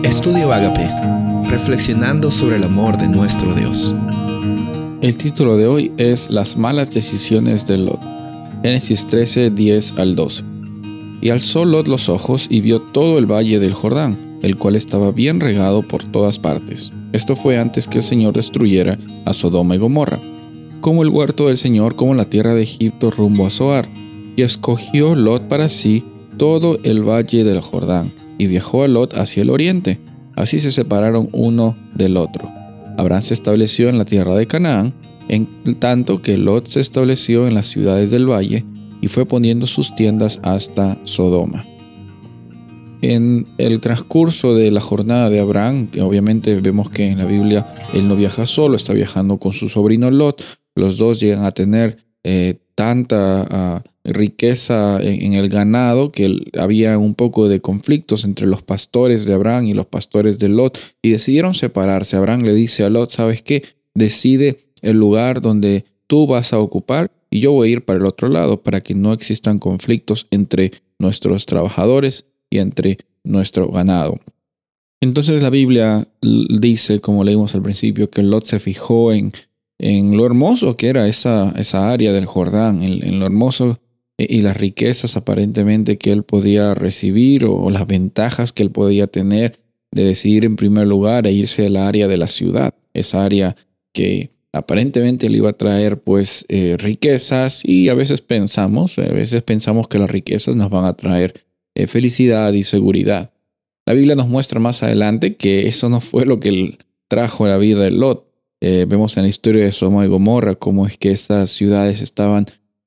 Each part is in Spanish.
Estudio Ágape, reflexionando sobre el amor de nuestro Dios. El título de hoy es Las malas decisiones de Lot. Génesis 13, 10 al 12. Y alzó Lot los ojos y vio todo el valle del Jordán, el cual estaba bien regado por todas partes. Esto fue antes que el Señor destruyera a Sodoma y Gomorra, como el huerto del Señor, como la tierra de Egipto rumbo a Zoar. Y escogió Lot para sí todo el valle del Jordán, y viajó a Lot hacia el oriente. Así se separaron uno del otro. Abraham se estableció en la tierra de Canaán, en tanto que Lot se estableció en las ciudades del valle y fue poniendo sus tiendas hasta Sodoma. En el transcurso de la jornada de Abraham, que obviamente vemos que en la Biblia él no viaja solo, está viajando con su sobrino Lot. Los dos llegan a tener tanta riqueza en el ganado que había un poco de conflictos entre los pastores de Abraham y los pastores de Lot, y decidieron separarse. Abraham le dice a Lot: ¿sabes qué? Decide el lugar donde tú vas a ocupar y yo voy a ir para el otro lado, para que no existan conflictos entre nuestros trabajadores y entre nuestro ganado. Entonces la Biblia dice, como leímos al principio, que Lot se fijó en lo hermoso que era esa área del Jordán, en lo hermoso y las riquezas aparentemente que él podía recibir, o las ventajas que él podía tener de decidir en primer lugar e irse al área de la ciudad, esa área que aparentemente le iba a traer riquezas, y a veces pensamos que las riquezas nos van a traer felicidad y seguridad. La Biblia nos muestra más adelante que eso no fue lo que él trajo a la vida de Lot. Vemos en la historia de Sodoma y Gomorra cómo es que estas ciudades estaban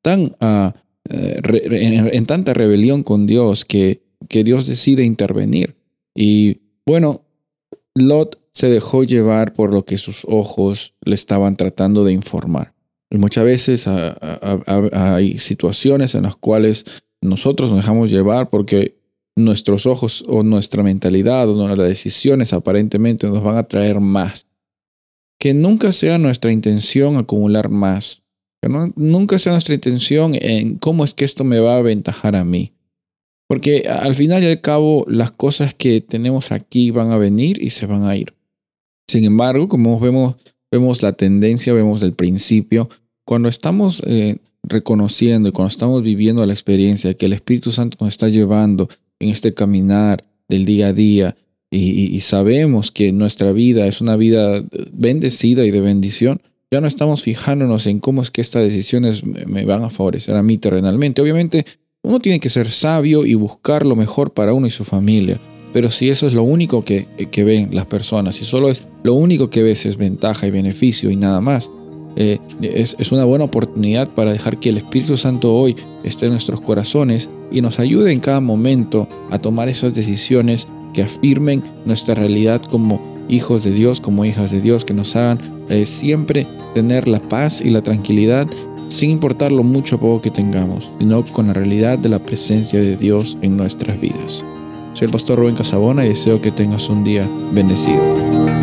en tanta rebelión con Dios que Dios decide intervenir. Y bueno, Lot se dejó llevar por lo que sus ojos le estaban tratando de informar. Y muchas veces hay situaciones en las cuales nosotros nos dejamos llevar porque nuestros ojos o nuestra mentalidad o nuestras decisiones aparentemente nos van a traer más. Que nunca sea nuestra intención acumular más. Que nunca sea nuestra intención en cómo es que esto me va a aventajar a mí. Porque al final y al cabo las cosas que tenemos aquí van a venir y se van a ir. Sin embargo, como vemos la tendencia, vemos el principio, cuando estamos reconociendo y cuando estamos viviendo la experiencia que el Espíritu Santo nos está llevando en este caminar del día a día, y sabemos que nuestra vida es una vida bendecida y de bendición, ya no estamos fijándonos en cómo es que estas decisiones me van a favorecer a mí terrenalmente. Obviamente, uno tiene que ser sabio y buscar lo mejor para uno y su familia. Pero si eso es lo único que ven las personas, si solo es lo único que ves es ventaja y beneficio y nada más, es una buena oportunidad para dejar que el Espíritu Santo hoy esté en nuestros corazones y nos ayude en cada momento a tomar esas decisiones que afirmen nuestra realidad como hijos de Dios, como hijas de Dios, que nos hagan siempre tener la paz y la tranquilidad, sin importar lo mucho o poco que tengamos, sino con la realidad de la presencia de Dios en nuestras vidas. Soy el pastor Rubén Casabona y deseo que tengas un día bendecido.